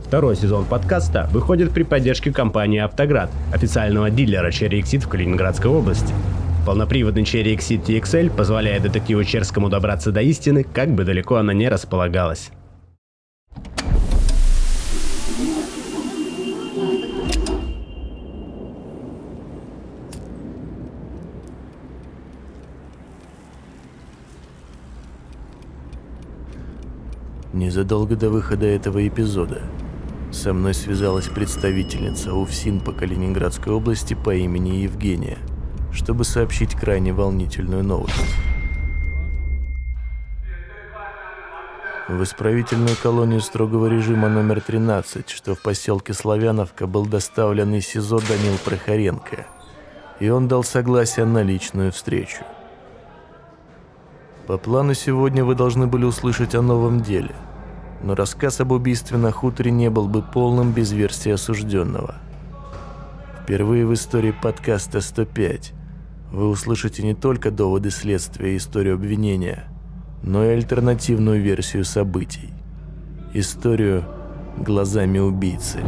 Второй сезон подкаста выходит при поддержке компании «Автоград», официального дилера Cherry Exit в Калининградской области. Полноприводный Cherry Exit TXL позволяет детективу Черскому добраться до истины, как бы далеко она ни располагалась. Незадолго до выхода этого эпизода со мной связалась представительница УФСИН по Калининградской области по имени Евгения, чтобы сообщить крайне волнительную новость. В исправительную колонию строгого режима номер 13, что в поселке Славяновка, был доставлен из СИЗО Данил Прохоренко, и он дал согласие на личную встречу. По плану сегодня вы должны были услышать о новом деле, но рассказ об убийстве на хуторе не был бы полным без версии осужденного. Впервые в истории подкаста 105 вы услышите не только доводы следствия и историю обвинения, но и альтернативную версию событий. Историю глазами убийцы.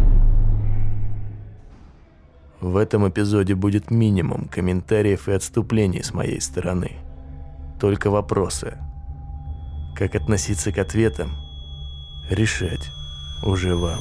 В этом эпизоде будет минимум комментариев и отступлений с моей стороны. Только вопросы. Как относиться к ответам, решать уже вам.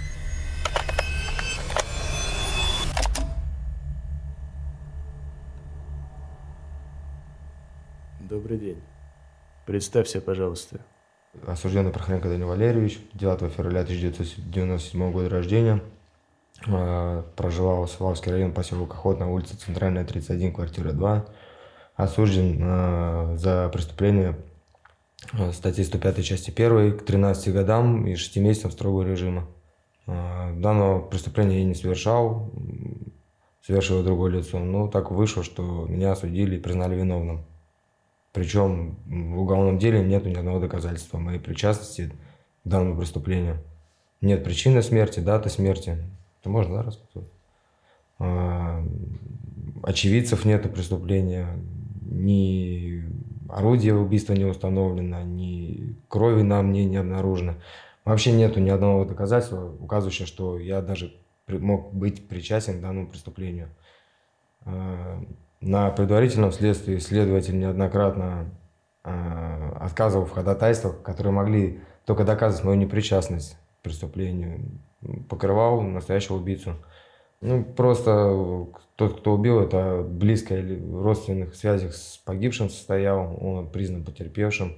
Добрый день. Представься, пожалуйста. Осужденный Прохоренко Данил Валерьевич, 9 февраля 1997 года рождения. Проживал в Славский район, поселок Охотная, улица Центральная, 31, квартира 2. Осужден за преступление статьи 105 части 1 к 13 годам и 6 месяцам строгого режима. Данного преступления я не совершал, совершило другое лицо. Но так вышло, что меня осудили и признали виновным. Причем в уголовном деле нет ни одного доказательства моей причастности к данному преступлению. Нет причины смерти, даты смерти. Это можно, да, рассказать? Очевидцев нету преступления. Ни орудие убийства не установлено, ни крови на мне не обнаружено. Вообще нету ни одного доказательства, указывающего, что я даже мог быть причастен к данному преступлению. На предварительном следствии следователь неоднократно отказывал в ходатайствах, которые могли только доказывать мою непричастность к преступлению. Покрывал настоящего убийцу. Просто тот, кто убил, это близко или в родственных связях с погибшим состоял, он признан потерпевшим.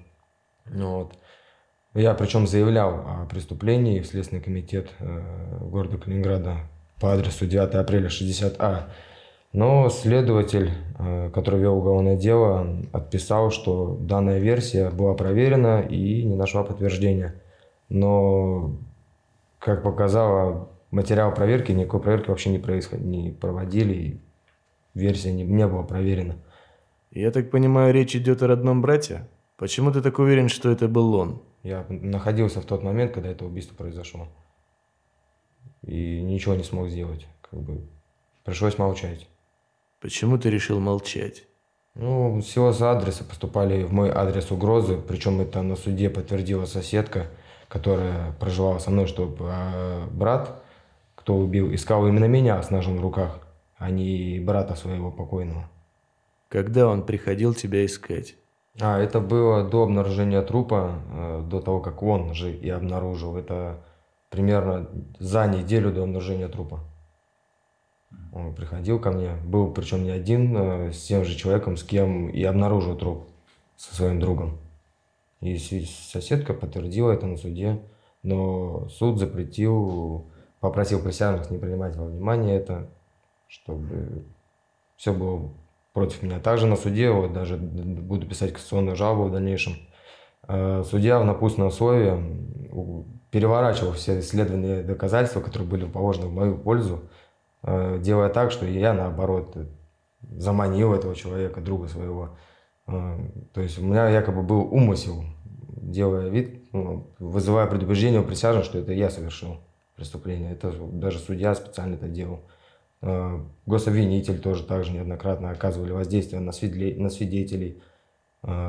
Я причем заявлял о преступлении в Следственный комитет города Калининграда по адресу 9 апреля 60А. Но следователь, который вел уголовное дело, отписал, что данная версия была проверена и не нашла подтверждения. Но, как показало материал проверки, никакой проверки вообще не проводили, и версия не была проверена. Я так понимаю, речь идет о родном брате? Почему ты так уверен, что это был он? Я находился в тот момент, когда это убийство произошло. И ничего не смог сделать. Пришлось молчать. Почему ты решил молчать? Всего за адреса поступали в мой адрес угрозы, причем это на суде подтвердила соседка, которая проживала со мной, что брат, кто убил, искал именно меня с ножом в руках, а не брата своего покойного. Когда он приходил тебя искать? Это было до обнаружения трупа, до того, как он же и обнаружил. Это примерно за неделю до обнаружения трупа. Он приходил ко мне, был причем не один, с тем же человеком, с кем и обнаружил труп, со своим другом. И соседка подтвердила это на суде, но суд запретил, попросил присяжных не принимать во внимание это, чтобы все было против меня. Также на суде, даже буду писать кассационную жалобу в дальнейшем, судья в напутственном условии переворачивал все исследованные доказательства, которые были положены в мою пользу, делая так, что я, наоборот, заманил этого человека, друга своего. То есть у меня якобы был умысел, делая вид, вызывая предупреждение у присяжных, что это я совершил преступление. Это даже судья специально это делал. Гособвинитель тоже также неоднократно оказывали воздействие на свидетелей.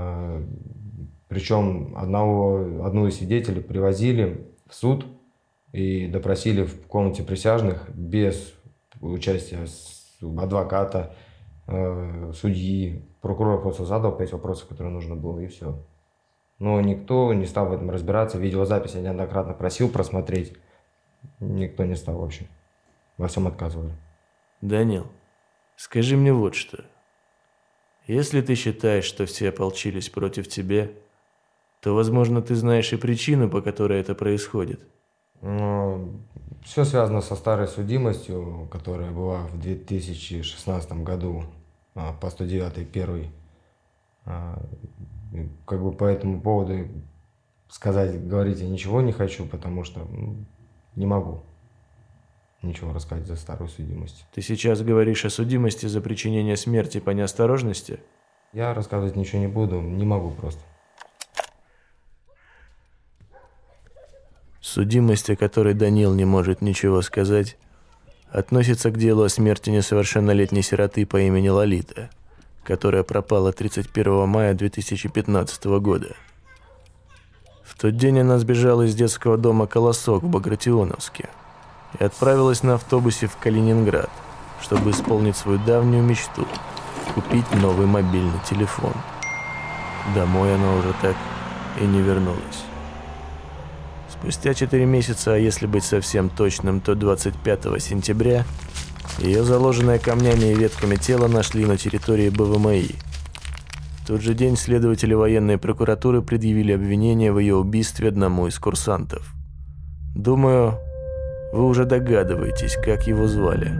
Причем одну из свидетелей привозили в суд и допросили в комнате присяжных без участия адвоката, судьи. Прокурор просто задал 5 вопросов, которые нужно было, и все. Но никто не стал в этом разбираться. Видеозапись я неоднократно просил просмотреть. Никто не стал вообще. Во всем отказывали. Данил, скажи мне вот что. Если ты считаешь, что все ополчились против тебя, то, возможно, ты знаешь и причину, по которой это происходит. Все связано со старой судимостью, которая была в 2016 году по 109.1. Как бы по этому поводу говорить я ничего не хочу, потому что не могу ничего рассказать за старую судимость. Ты сейчас говоришь о судимости за причинение смерти по неосторожности? Я рассказывать ничего не буду, не могу просто. Судимость, о которой Данил не может ничего сказать, относится к делу о смерти несовершеннолетней сироты по имени Лолита, которая пропала 31 мая 2015 года. В тот день она сбежала из детского дома «Колосок» в Багратионовске и отправилась на автобусе в Калининград, чтобы исполнить свою давнюю мечту – купить новый мобильный телефон. Домой она уже так и не вернулась. Спустя 4 месяца, а если быть совсем точным, то 25 сентября, ее заложенное камнями и ветками тело нашли на территории БВМИ. В тот же день следователи военной прокуратуры предъявили обвинение в ее убийстве одному из курсантов. Думаю, вы уже догадываетесь, как его звали.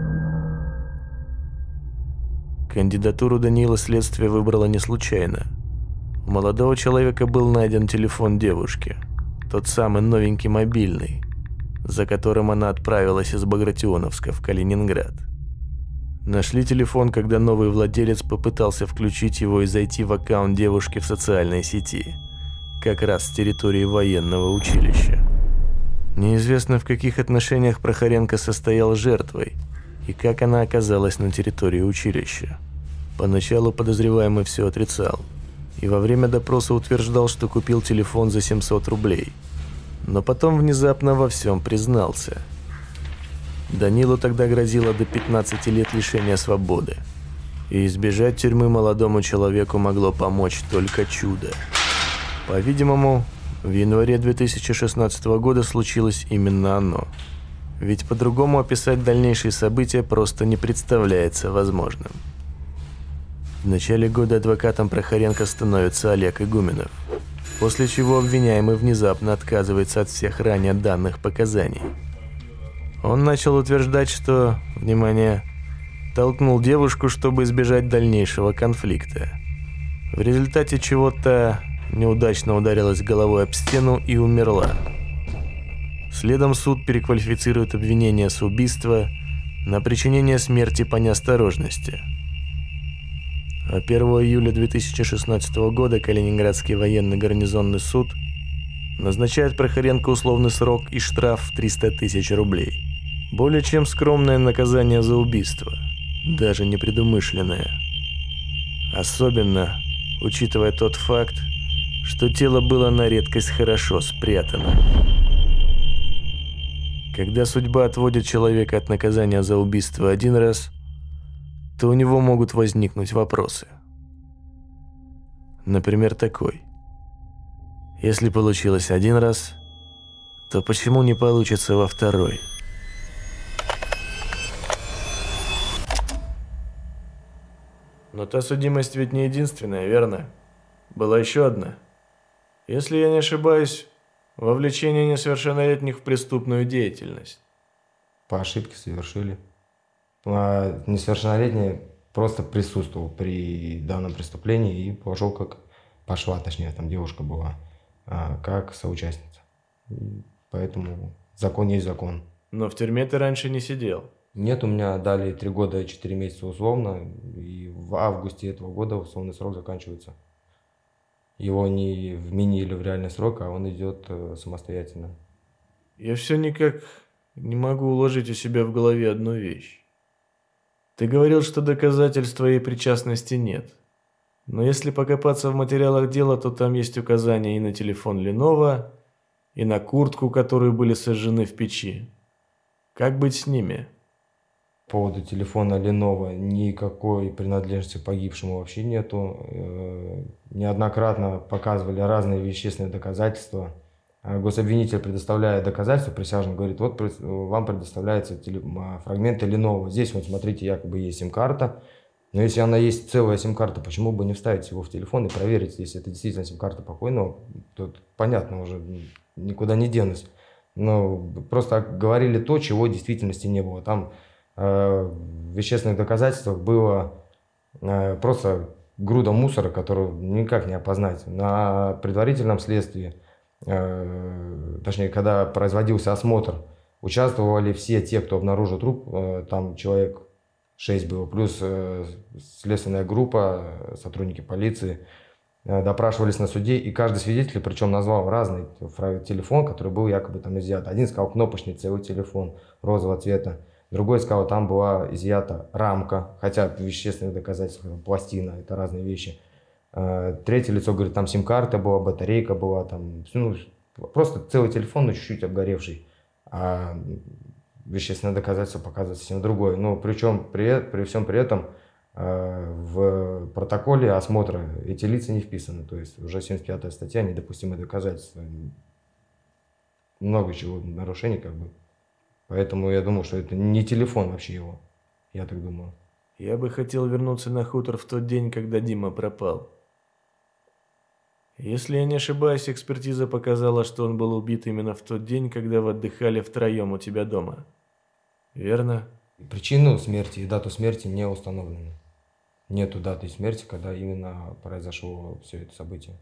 Кандидатуру Данила следствие выбрало не случайно. У молодого человека был найден телефон девушки. Тот самый новенький мобильный, за которым она отправилась из Багратионовска в Калининград. Нашли телефон, когда новый владелец попытался включить его и зайти в аккаунт девушки в социальной сети, как раз с территории военного училища. Неизвестно, в каких отношениях Прохоренко состоял жертвой и как она оказалась на территории училища. Поначалу подозреваемый все отрицал и во время допроса утверждал, что купил телефон за 700 рублей. Но потом внезапно во всем признался. Данилу тогда грозило до 15 лет лишения свободы. И избежать тюрьмы молодому человеку могло помочь только чудо. По-видимому, в январе 2016 года случилось именно оно. Ведь по-другому описать дальнейшие события просто не представляется возможным. В начале года адвокатом Прохоренко становится Олег Игуменов, после чего обвиняемый внезапно отказывается от всех ранее данных показаний. Он начал утверждать, что, внимание, толкнул девушку, чтобы избежать дальнейшего конфликта. В результате чего-то неудачно ударилась головой об стену и умерла. Следом суд переквалифицирует обвинение с убийства на причинение смерти по неосторожности. А 1 июля 2016 года Калининградский военный гарнизонный суд назначает Прохоренко условный срок и штраф в 300 тысяч рублей. Более чем скромное наказание за убийство, даже непредумышленное. Особенно, учитывая тот факт, что тело было на редкость хорошо спрятано. Когда судьба отводит человека от наказания за убийство один раз, то у него могут возникнуть вопросы. Например, такой. Если получилось один раз, то почему не получится во второй? Но та судимость ведь не единственная, верно? Была еще одна. Если я не ошибаюсь, вовлечение несовершеннолетних в преступную деятельность. По ошибке совершили. А несовершеннолетний просто присутствовал при данном преступлении и пошла, там девушка была, как соучастница. Поэтому закон есть закон. Но в тюрьме ты раньше не сидел. Нет, у меня дали 3 года и 4 месяца условно, и в августе этого года условный срок заканчивается. Его не вменили в реальный срок, а он идет самостоятельно. Я все никак не могу уложить у себя в голове одну вещь. Ты говорил, что доказательств твоей причастности нет. Но если покопаться в материалах дела, то там есть указания и на телефон Lenovo, и на куртку, которые были сожжены в печи. Как быть с ними? По поводу телефона Lenovo никакой принадлежности к погибшему вообще нету. Неоднократно показывали разные вещественные доказательства. Гособвинитель, предоставляя доказательства, присяжный говорит, вот вам предоставляются фрагменты Lenovo. Здесь вот смотрите, якобы есть сим-карта. Но если она есть целая сим-карта, почему бы не вставить его в телефон и проверить, если это действительно сим-карта покойного, то понятно, уже никуда не денусь. Но просто говорили то, чего в действительности не было. Там в вещественных доказательствах было просто груда мусора, которую никак не опознать. На предварительном следствии, точнее, когда производился осмотр, участвовали все те, кто обнаружил труп, там человек 6 было, плюс следственная группа, сотрудники полиции, допрашивались на суде, и каждый свидетель, причем назвал разный телефон, который был якобы там изъят. Один сказал кнопочный целый телефон розового цвета, другой сказал, там была изъята рамка, хотя в вещественных доказательствах пластина, это разные вещи. Третье лицо говорит, там сим-карта была, батарейка была, там, ну, просто целый телефон, но чуть-чуть обгоревший. А вещественное доказательство показывает совсем другое. Но причем при всем при этом в протоколе осмотра эти лица не вписаны. То есть уже 75-я статья, недопустимые доказательства. Много чего нарушений как бы. Поэтому я думаю, что это не телефон вообще его. Я так думаю. Я бы хотел вернуться на хутор в тот день, когда Дима пропал. Если я не ошибаюсь, экспертиза показала, что он был убит именно в тот день, когда вы отдыхали втроем у тебя дома. Верно? Причину смерти и дату смерти не установлены. Нету даты смерти, когда именно произошло все это событие.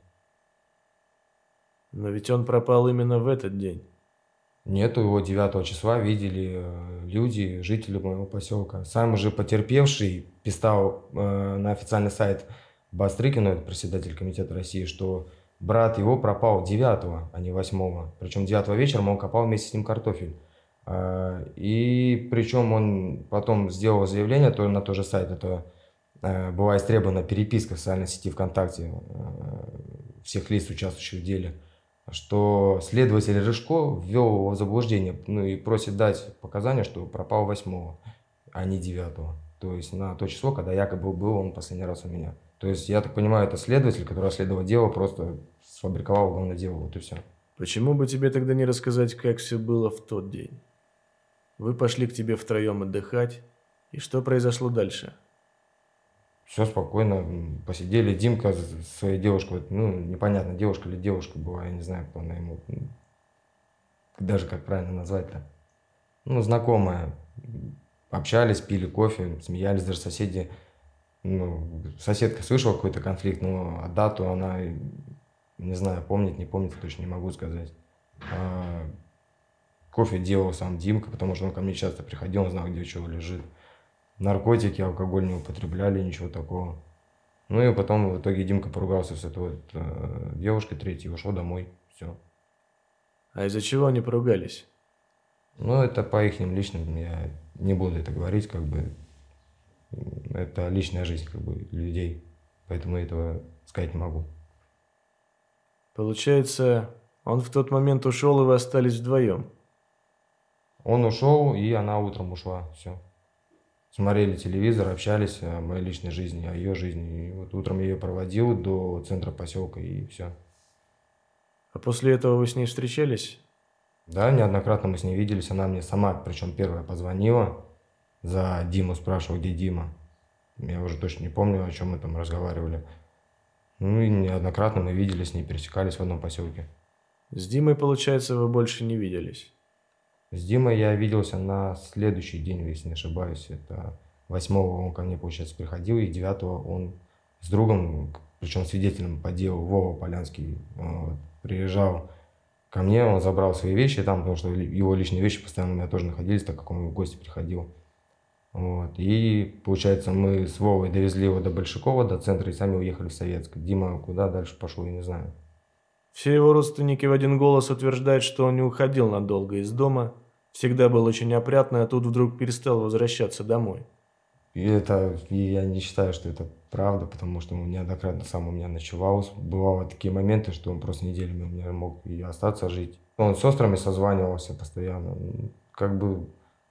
Но ведь он пропал именно в этот день. Нету, его 9 числа видели люди, жители моего поселка. Сам же потерпевший писал на официальный сайт Бастрыкину, это председатель комитета России, что брат его пропал 9, а не 8. Причем 9 вечером он копал вместе с ним картофель. И причем он потом сделал заявление на тот же сайт, это была истребована переписка в социальной сети ВКонтакте всех лиц, участвующих в деле, что следователь Рыжко ввел его в заблуждение, ну и просит дать показания, что пропал 8, а не 9. То есть на то число, когда якобы был он последний раз у меня. То есть, я так понимаю, это следователь, который расследовал дело, просто сфабриковал уголовное дело, вот и все. Почему бы тебе тогда не рассказать, как все было в тот день? Вы пошли к тебе втроем отдыхать, и что произошло дальше? Все спокойно, посидели. Димка со своей девушкой, ну, непонятно, девушка или девушка была, я не знаю, кто она ему, даже как правильно назвать-то. Ну, знакомая. Общались, пили кофе, смеялись, даже соседи. Ну, соседка слышала какой-то конфликт, но дату она, не знаю, помнит, не помнит, точно не могу сказать. Кофе делал сам Димка, потому что он ко мне часто приходил, он знал, где чего лежит. Наркотики, алкоголь не употребляли, ничего такого. Ну и потом в итоге Димка поругался с этой вот девушкой третьей, ушел домой, все. А из-за чего они поругались? Ну, это по их личным, я не буду это говорить, как бы. Это личная жизнь, как бы, людей. Поэтому этого сказать не могу. Получается, он в тот момент ушел, и вы остались вдвоем? Он ушел, и она утром ушла, все. Смотрели телевизор, общались о моей личной жизни, о ее жизни. И вот утром я ее проводил до центра поселка, и все. А после этого вы с ней встречались? Да, неоднократно мы с ней виделись. Она мне сама, причем первая, позвонила. За Диму спрашивала, где Дима. Я уже точно не помню, о чем мы там разговаривали. Ну и неоднократно мы виделись с ней, пересекались в одном поселке. С Димой, получается, вы больше не виделись? С Димой я виделся на следующий день, если не ошибаюсь. Это 8-го он ко мне, получается, приходил, и 9-го он с другом, причем свидетелем по делу, Вова Полянский, приезжал ко мне, он забрал свои вещи там, потому что его личные вещи постоянно у меня тоже находились, так как он в гости приходил. Вот. И, получается, мы с Вовой довезли его до Большакова, до центра, и сами уехали в Советск. Дима куда дальше пошел, я не знаю. Все его родственники в один голос утверждают, что он не уходил надолго из дома, всегда был очень опрятный, а тут вдруг перестал возвращаться домой. И я не считаю, что это правда, потому что он неоднократно сам у меня ночевал. Бывало такие моменты, что он просто неделями у меня мог и остаться жить. Он с сестрами созванивался постоянно. Как бы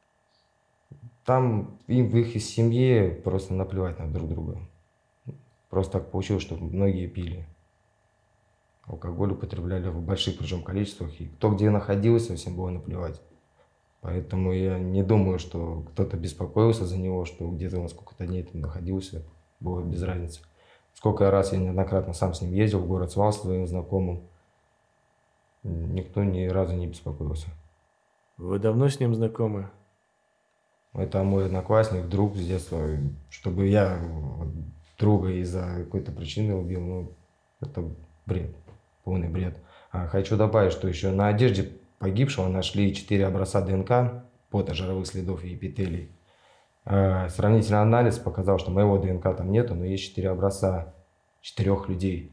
там им в их семье просто наплевать на друг друга. Просто так получилось, что многие пили. Алкоголь употребляли в больших причем количествах. И кто где находился, всем было наплевать. Поэтому я не думаю, что кто-то беспокоился за него, что где-то он сколько-то дней там находился. Было без разницы. Сколько раз я неоднократно сам с ним ездил в город Свал своим знакомым. Никто ни разу не беспокоился. Вы давно с ним знакомы? Это мой одноклассник, друг с детства. Чтобы я друга из-за какой-то причины убил, ну, это бред, полный бред. Хочу добавить, что еще на одежде погибшего нашли 4 образца ДНК, пота, жировых следов и эпителий. Сравнительный анализ показал, что моего ДНК там нету, но есть 4 образца 4 людей.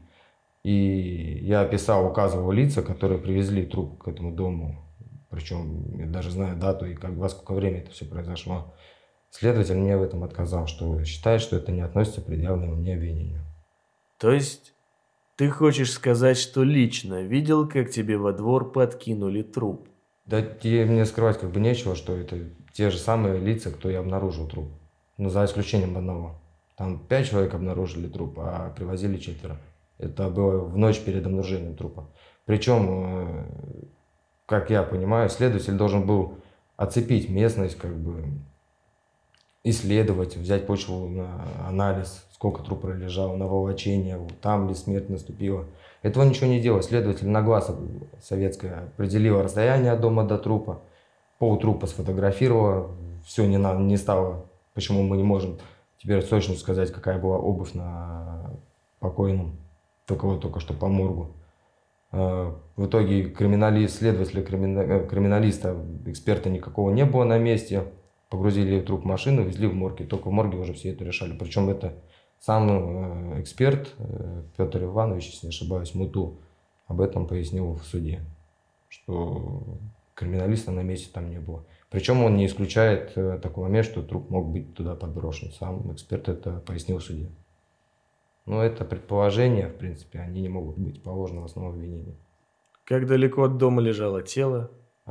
И я описал, указывал лица, которые привезли труп к этому дому. Причем я даже знаю дату и во сколько время это все произошло. Следователь мне в этом отказал, что считает, что это не относится к предъявленному мне обвинению. То есть ты хочешь сказать, что лично видел, как тебе во двор подкинули труп? Да мне скрывать как бы нечего, что это те же самые лица, кто и обнаружил труп. Но за исключением одного. Там 5 человек обнаружили труп, а привозили 4. Это было в ночь перед обнаружением трупа. Причем, как я понимаю, следователь должен был оцепить местность, как бы исследовать, взять почву на анализ, сколько труп пролежал, на волочение, там ли смерть наступила. Этого ничего не делал. Следователь на глаз советская определила расстояние от дома до трупа, пол трупа сфотографировала, все не стало. Почему мы не можем теперь точно сказать, какая была обувь на покойном, только что по моргу. В итоге следователя, криминалиста, эксперта никакого не было на месте. Погрузили труп в машину, везли в морг. И только в морге уже все это решали. Причем это сам эксперт Петр Иванович, если не ошибаюсь, Муту, об этом пояснил в суде, что криминалиста на месте там не было. Причем он не исключает такой момент, что труп мог быть туда подброшен. Сам эксперт это пояснил в суде. Но это предположения, в принципе, они не могут быть положены в основу обвинения. Как далеко от дома лежало тело?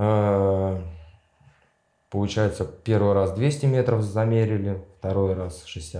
Получается, первый раз 200 метров замерили, второй раз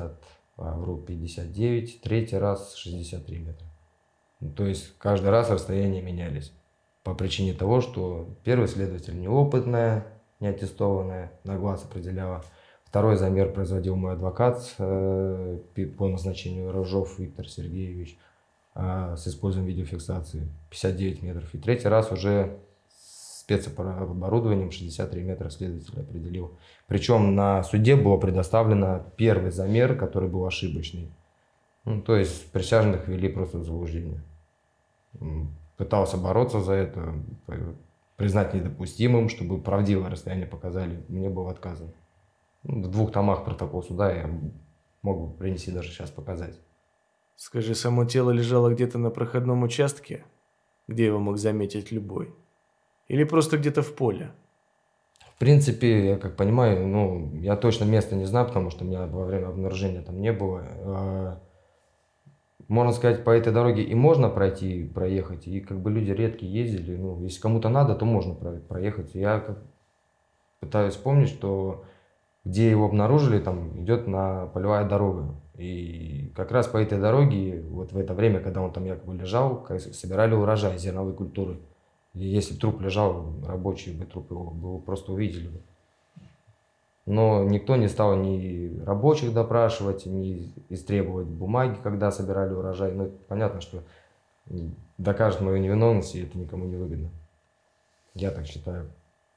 59, третий раз 63 метра. То есть каждый раз расстояния менялись. По причине того, что первый следователь неопытная, неаттестованная, на глаз определяла. Второй замер производил мой адвокат по назначению Рожов Виктор Сергеевич с использованием видеофиксации 59 метров. И третий раз уже спецоборудованием 63 метра следователь определил. Причем на суде было предоставлено первый замер, который был ошибочный. Ну, то есть присяжных ввели просто в заблуждение. Пытался бороться за это, признать недопустимым, чтобы правдивое расстояние показали. Мне было отказано. В 2 томах протокол суда я мог бы принести даже сейчас показать. Скажи, само тело лежало где-то на проходном участке, где его мог заметить любой? Или просто где-то в поле? В принципе, я как понимаю, я точно места не знаю, потому что у меня во время обнаружения там не было. Можно сказать, по этой дороге и можно проехать, и как бы люди редко ездили. Если кому-то надо, то можно проехать. Я пытаюсь вспомнить, что где его обнаружили, там идет полевая дорога. И как раз по этой дороге, вот в это время, когда он там якобы лежал, собирали урожай зерновой культуры. И если бы труп лежал, рабочие бы труп его бы просто увидели бы. Но никто не стал ни рабочих допрашивать, ни истребовать бумаги, когда собирали урожай. Понятно, что докажет мою невиновность, и это никому не выгодно. Я так считаю.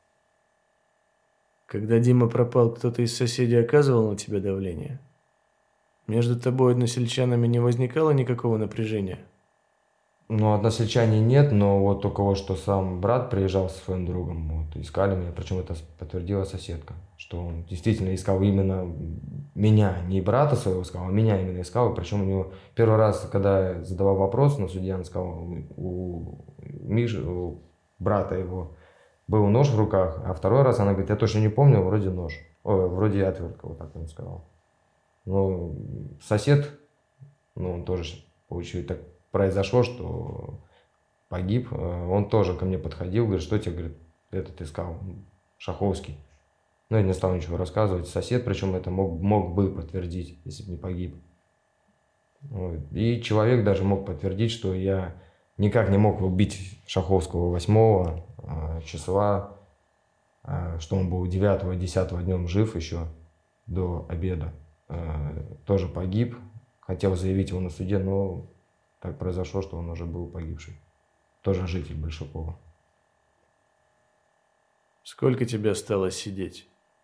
Когда Дима пропал, кто-то из соседей оказывал на тебя давление? Между тобой и односельчанами не возникало никакого напряжения? Односельчане нет, но вот только вот, что сам брат приезжал со своим другом, искали меня, причем это подтвердила соседка, что он действительно искал именно меня, не брата своего искал, а меня именно искал, причем у него первый раз, когда я задавал вопрос на суде, он сказал, у Миши, у брата его был нож в руках, а второй раз она говорит, я точно не помню, вроде нож, вроде отвертка, вот так он сказал. Но сосед, ну, он тоже получил, так произошло, что погиб. Он тоже ко мне подходил, говорит, что тебе, говорит, этот искал, Шаховский. Ну, я не стал ничего рассказывать. Сосед, причем это мог бы подтвердить, если бы не погиб. Вот. И человек даже мог подтвердить, что я никак не мог убить Шаховского 8 числа, что он был 9-10 днем жив еще до обеда. Тоже погиб. Хотел заявить его на суде, но так произошло, что он уже был погибший. Тоже житель Большакова. Сколько тебе осталось сидеть?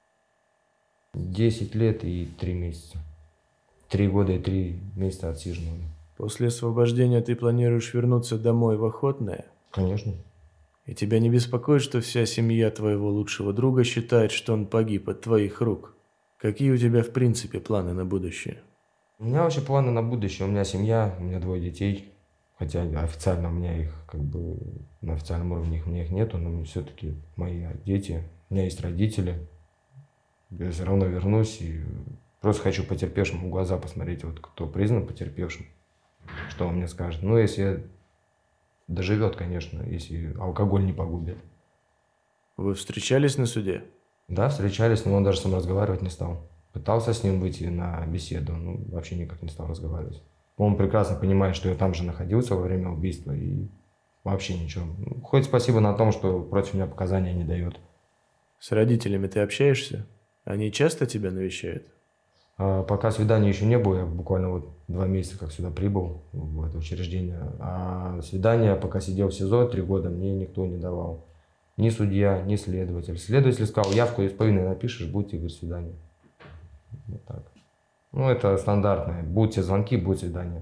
10 лет и 3 месяца. 3 года и 3 месяца отсиживания. После освобождения ты планируешь вернуться домой в Охотное? Конечно. И тебя не беспокоит, что вся семья твоего лучшего друга считает, что он погиб от твоих рук? Какие у тебя в принципе планы на будущее? У меня вообще планы на будущее. У меня семья, у меня 2 детей. Хотя официально у меня их, как бы, на официальном уровне у меня их нету, но все-таки мои дети. У меня есть родители. Я все равно вернусь и просто хочу потерпевшим в глаза посмотреть, вот кто признан потерпевшим, что он мне скажет. Ну, если доживет, конечно, если алкоголь не погубит. Вы встречались на суде? Да, встречались, но он даже со мной разговаривать не стал. Пытался с ним выйти на беседу, но вообще никак не стал разговаривать. Он прекрасно понимает, что я там же находился во время убийства и вообще ничего. Хоть спасибо на том, что против меня показания не дает. С родителями ты общаешься? Они часто тебя навещают? Пока свидания еще не было, я буквально вот 2 месяца как сюда прибыл, в это учреждение. А свидания, пока сидел в СИЗО 3 года, мне никто не давал. Ни судья, ни следователь. Следователь сказал, явку из повинной напишешь, будете, говорит, свидание. Вот так. Ну, это стандартное. Будут все звонки, будет свидание.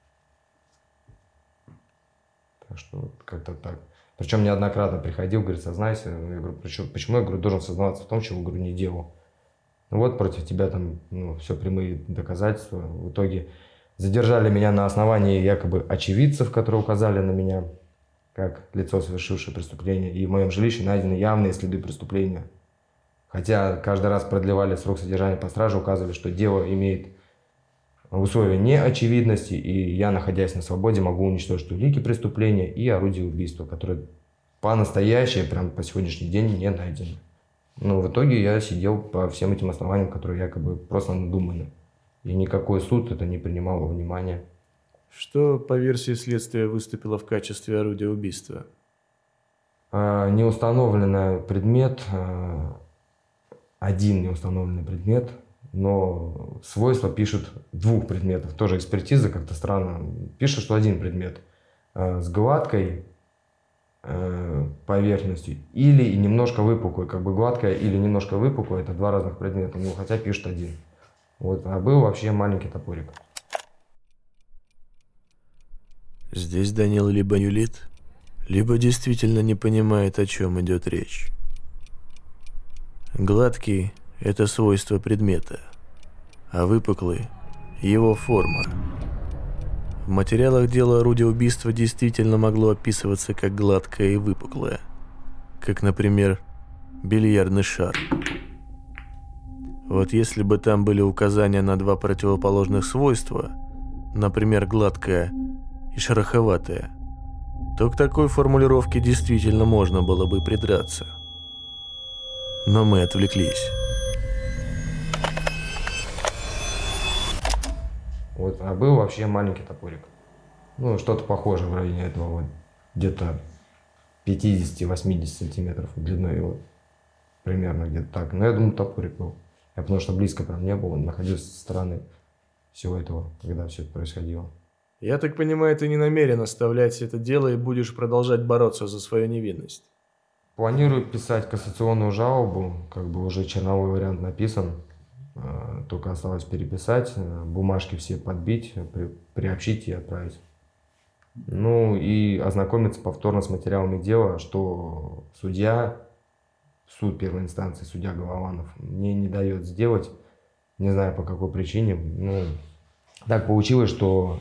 Так что вот как-то так. Причем неоднократно приходил, говорит, сознайся. Я говорю, почему я, говорю, должен сознаваться в том, чего, говорю, не делал. Ну вот против тебя там, ну, все прямые доказательства. В итоге задержали меня на основании якобы очевидцев, которые указали на меня как лицо, совершившее преступление. И в моем жилище найдены явные следы преступления. Хотя каждый раз продлевали срок содержания под стражей, указывали, что дело имеет условия неочевидности, и я, находясь на свободе, могу уничтожить улики преступления и орудия убийства, которые по-настоящему, прям по сегодняшний день не найдены. Но в итоге я сидел по всем этим основаниям, которые якобы просто надуманы. И никакой суд это не принимал во внимание. Что, по версии следствия, выступило в качестве орудия убийства? Неустановленный предмет, один неустановленный предмет, но свойства пишут 2 предметов. Тоже экспертиза как-то странно. Пишет, что 1 предмет с гладкой поверхностью или немножко выпуклой. Как бы гладкая или немножко выпуклая — это 2 разных предмета. Ну, хотя пишет 1. Вот. А был вообще маленький топорик. Здесь Данил либо юлит, либо действительно не понимает, о чем идет речь. Гладкий – это свойство предмета, а выпуклый – его форма. В материалах дела орудие убийства действительно могло описываться как гладкое и выпуклое, как, например, бильярдный шар. Вот если бы там были указания на 2 противоположных свойства, например, гладкое и шероховатое, то к такой формулировке действительно можно было бы придраться. Но мы отвлеклись. Вот, а был вообще маленький топорик. Ну, что-то похожее в районе этого, вот, где-то 50-80 сантиметров длиной, вот, примерно где-то так. Но я думаю, топорик был. Я потому что близко прям не был, находился со стороны всего этого, когда все это происходило. Я так понимаю, ты не намерен оставлять это дело и будешь продолжать бороться за свою невинность? Планирую писать кассационную жалобу, как бы уже черновой вариант написан. Только осталось переписать, бумажки все подбить, приобщить и отправить. Ну и ознакомиться повторно с материалами дела, что судья, суд первой инстанции, судья Голованов, мне не дает сделать, не знаю по какой причине. Ну, так получилось, что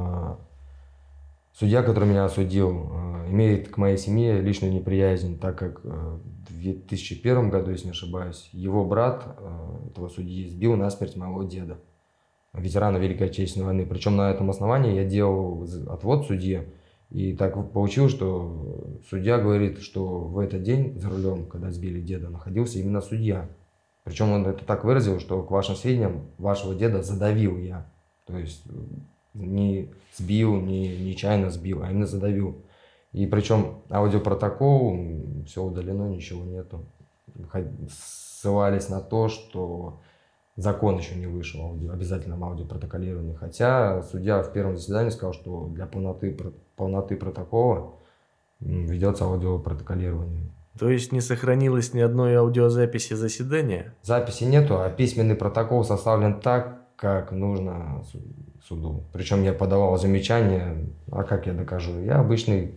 судья, который меня осудил, имеет к моей семье личную неприязнь, так как в 2001 году, если не ошибаюсь, его брат этого судьи сбил насмерть моего деда. ветерана Великой Отечественной войны. Причем на этом основании я делал отвод судье. И так получилось, что судья говорит, что в этот день за рулем, когда сбили деда, находился именно судья. Причем он это так выразил, что, к вашим сведениям, вашего деда задавил я. То есть не сбил, не нечаянно сбил, а именно задавил. И причем аудиопротокол, все удалено, ничего нету. Ссылались на то, что закон еще не вышел о обязательном аудиопротоколировании. Хотя судья в первом заседании сказал, что для полноты протокола ведется аудиопротоколирование. То есть не сохранилось ни одной аудиозаписи заседания? Записи нету, а письменный протокол составлен так, как нужно суду. Причем я подавал замечания, а как я докажу? Я обычный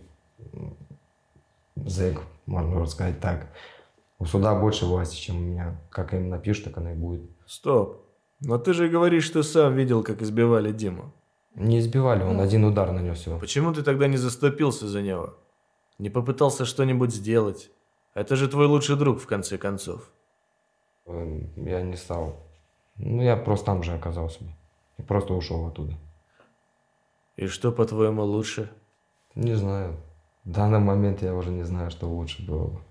зэк, можно сказать так. У суда больше власти, чем у меня. Как им напишут, так оно и будет. Стоп. Но ты же говоришь, что сам видел, как избивали Диму. Не избивали, он один удар нанес всего. Почему ты тогда не заступился за него? Не попытался что-нибудь сделать? Это же твой лучший друг, в конце концов. Я не стал. Я просто там же оказался. И просто ушел оттуда. И что, по-твоему, лучше? Не знаю. В данный момент я уже не знаю, что лучше было бы.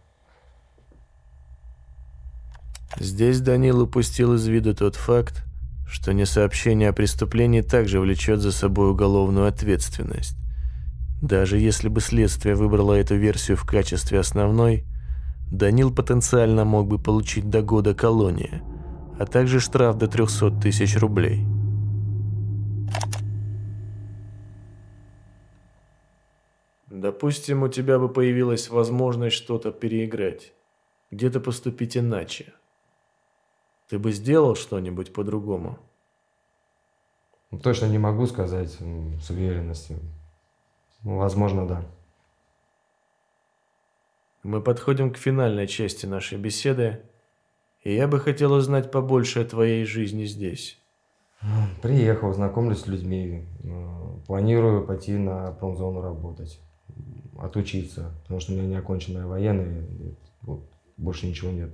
Здесь Данил упустил из виду тот факт, что несообщение о преступлении также влечет за собой уголовную ответственность. Даже если бы следствие выбрало эту версию в качестве основной, Данил потенциально мог бы получить до года колонии, а также штраф до 300 тысяч рублей. Допустим, у тебя бы появилась возможность что-то переиграть, где-то поступить иначе. Ты бы сделал что-нибудь по-другому? Точно не могу сказать с уверенностью. Возможно, да. Мы подходим к финальной части нашей беседы, и я бы хотел узнать побольше о твоей жизни здесь. Приехал, знакомлюсь с людьми. Планирую пойти на промзону работать, отучиться, потому что у меня неоконченная военная, больше ничего нет.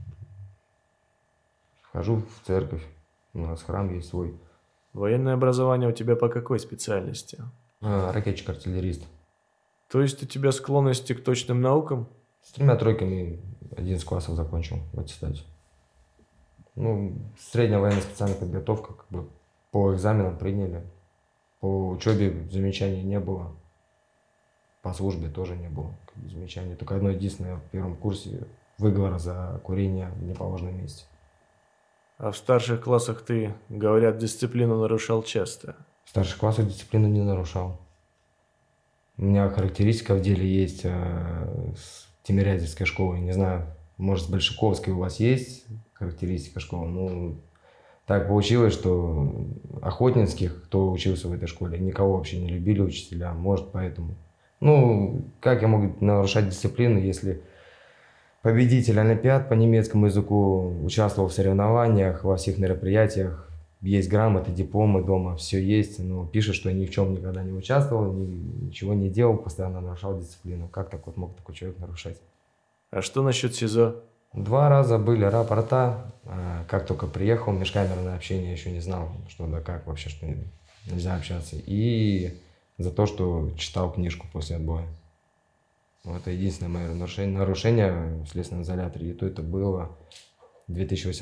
Хожу в церковь, у нас храм есть свой. Военное образование у тебя по какой специальности? Ракетчик-артиллерист. То есть у тебя склонности к точным наукам? С 3 тройками 11 классов закончил в аттестате. Средняя военная специальная подготовка, по экзаменам приняли. По учебе замечаний не было. По службе тоже не было замечаний. Только одно единственное в первом курсе выговор за курение в неположенном месте. А в старших классах ты, говорят, дисциплину нарушал часто. В старших классах дисциплину не нарушал. У меня характеристика в деле есть с Тимирязевской школы. Не знаю, может, с Большаковской у вас есть характеристика школы. Так получилось, что Охотницких, кто учился в этой школе, никого вообще не любили учителя. Может, поэтому. Как я мог нарушать дисциплину, если победитель Олимпиад по немецкому языку участвовал в соревнованиях, во всех мероприятиях, есть грамоты, дипломы дома, все есть, но пишет, что я ни в чем никогда не участвовал, ничего не делал, постоянно нарушал дисциплину. Как так мог такой человек нарушать? А что насчет СИЗО? 2 раза были рапорта, как только приехал, межкамерное общение, еще не знал, что да как вообще, что нельзя общаться. И за то, что читал книжку после отбоя. Это единственное мое нарушение в следственном изоляторе. И то это было в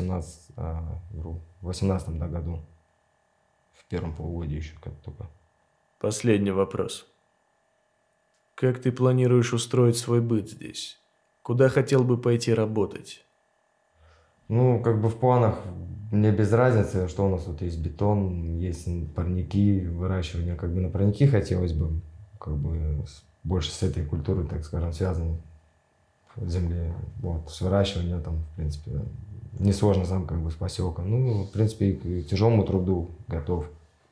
2018 году. В первом полугодии еще как только. Последний вопрос. Как ты планируешь устроить свой быт здесь? Куда хотел бы пойти работать? В планах мне без разницы, что у нас тут есть бетон, есть парники, выращивание. На парники хотелось бы, больше с этой культурой, так скажем, связанной в земле. С выращиванием там, в принципе, несложно сам с поселком. В принципе, и к тяжелому труду готов.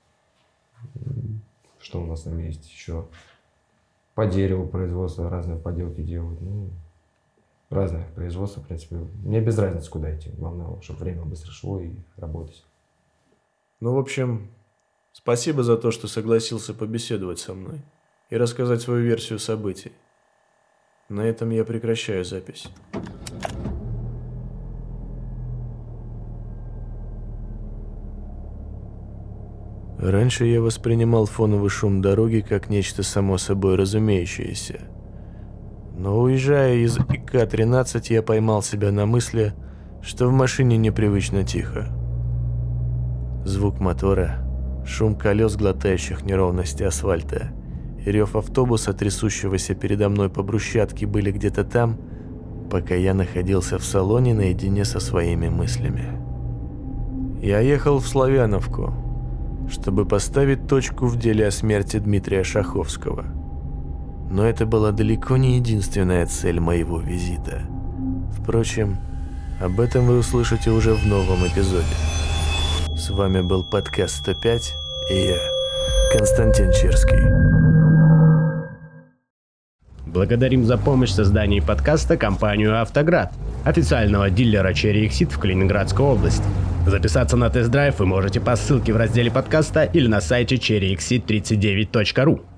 Что у нас там есть еще? По дереву производство, разные поделки делают. Разное производство, в принципе. Мне без разницы, куда идти. Главное, чтобы время быстро шло и работать. В общем, спасибо за то, что согласился побеседовать со мной и рассказать свою версию событий. На этом я прекращаю запись. Раньше я воспринимал фоновый шум дороги как нечто само собой разумеющееся. Но уезжая из ИК-13, я поймал себя на мысли, что в машине непривычно тихо. Звук мотора, шум колес, глотающих неровности асфальта, и рев автобуса, трясущегося передо мной по брусчатке, были где-то там, пока я находился в салоне наедине со своими мыслями. Я ехал в Славяновку, чтобы поставить точку в деле о смерти Дмитрия Шаховского. Но это была далеко не единственная цель моего визита. Впрочем, об этом вы услышите уже в новом эпизоде. С вами был подкаст 105 и я, Константин Черский. Благодарим за помощь в создании подкаста компанию «Автоград», официального дилера Cherry Exit в Калининградской области. Записаться на тест-драйв вы можете по ссылке в разделе подкаста или на сайте cherryexit39.ru.